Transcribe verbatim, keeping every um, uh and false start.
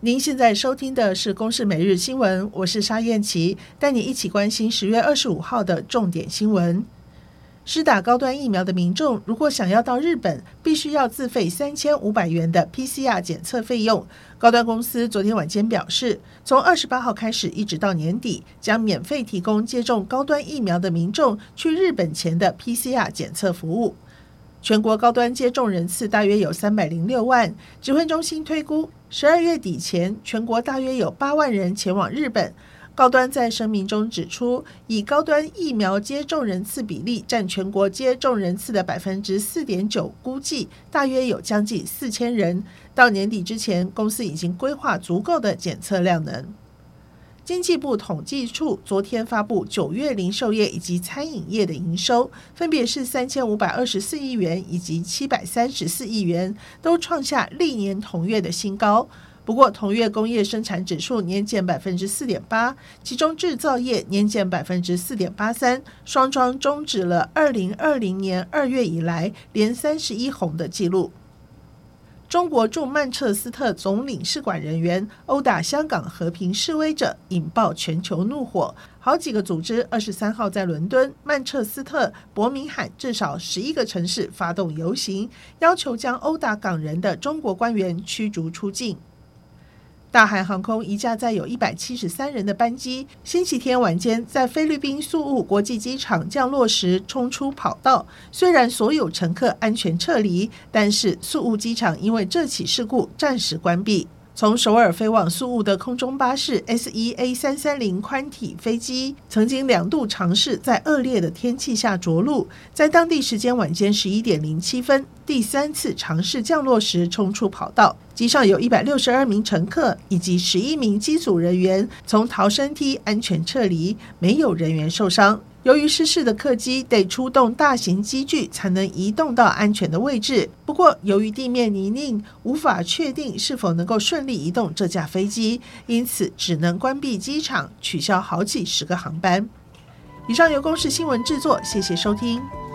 您现在收听的是公视每日新闻，我是沙燕琪，带你一起关心十月二十五号的重点新闻。施打高端疫苗的民众如果想要到日本，必须要自费三千五百元的 P C R 检测费用。高端公司昨天晚间表示，从二十八号开始一直到年底，将免费提供接种高端疫苗的民众去日本前的 P C R 检测服务。全国高端接种人次大约有三百零六万，指挥中心推估十二月底前全国大约有八万人前往日本。高端在声明中指出，以高端疫苗接种人次比例占全国接种人次的 百分之四点九， 估计大约有将近四千人。到年底之前，公司已经规划足够的检测量能。经济部统计处昨天发布九月零售业以及餐饮业的营收，分别是三千五百二十四亿元以及七百三十四亿元，都创下历年同月的新高。不过同月工业生产指数年减 百分之四点八， 其中制造业年减 百分之四点八三， 双双终止了二零二零年二月以来连三十一红的纪录。中国驻曼彻斯特总领事馆人员殴打香港和平示威者，引爆全球怒火。好几个组织二十三号在伦敦、曼彻斯特、伯明翰至少十一个城市发动游行，要求将殴打港人的中国官员驱逐出境。大韩航空一架载有一百七十三人的班机，星期天晚间在菲律宾宿务国际机场降落时冲出跑道，虽然所有乘客安全撤离，但是宿务机场因为这起事故暂时关闭。从首尔飞往宿务的空中巴士 S E A 三三零 宽体飞机曾经两度尝试在恶劣的天气下着陆，在当地时间晚间十一点零七分第三次尝试降落时冲出跑道，机上有一百六十二名乘客以及十一名机组人员从逃生梯安全撤离，没有人员受伤。由于失事的客机得出动大型机具才能移动到安全的位置，不过由于地面泥泞，无法确定是否能够顺利移动这架飞机，因此只能关闭机场，取消好几十个航班。以上由公视新闻制作，谢谢收听。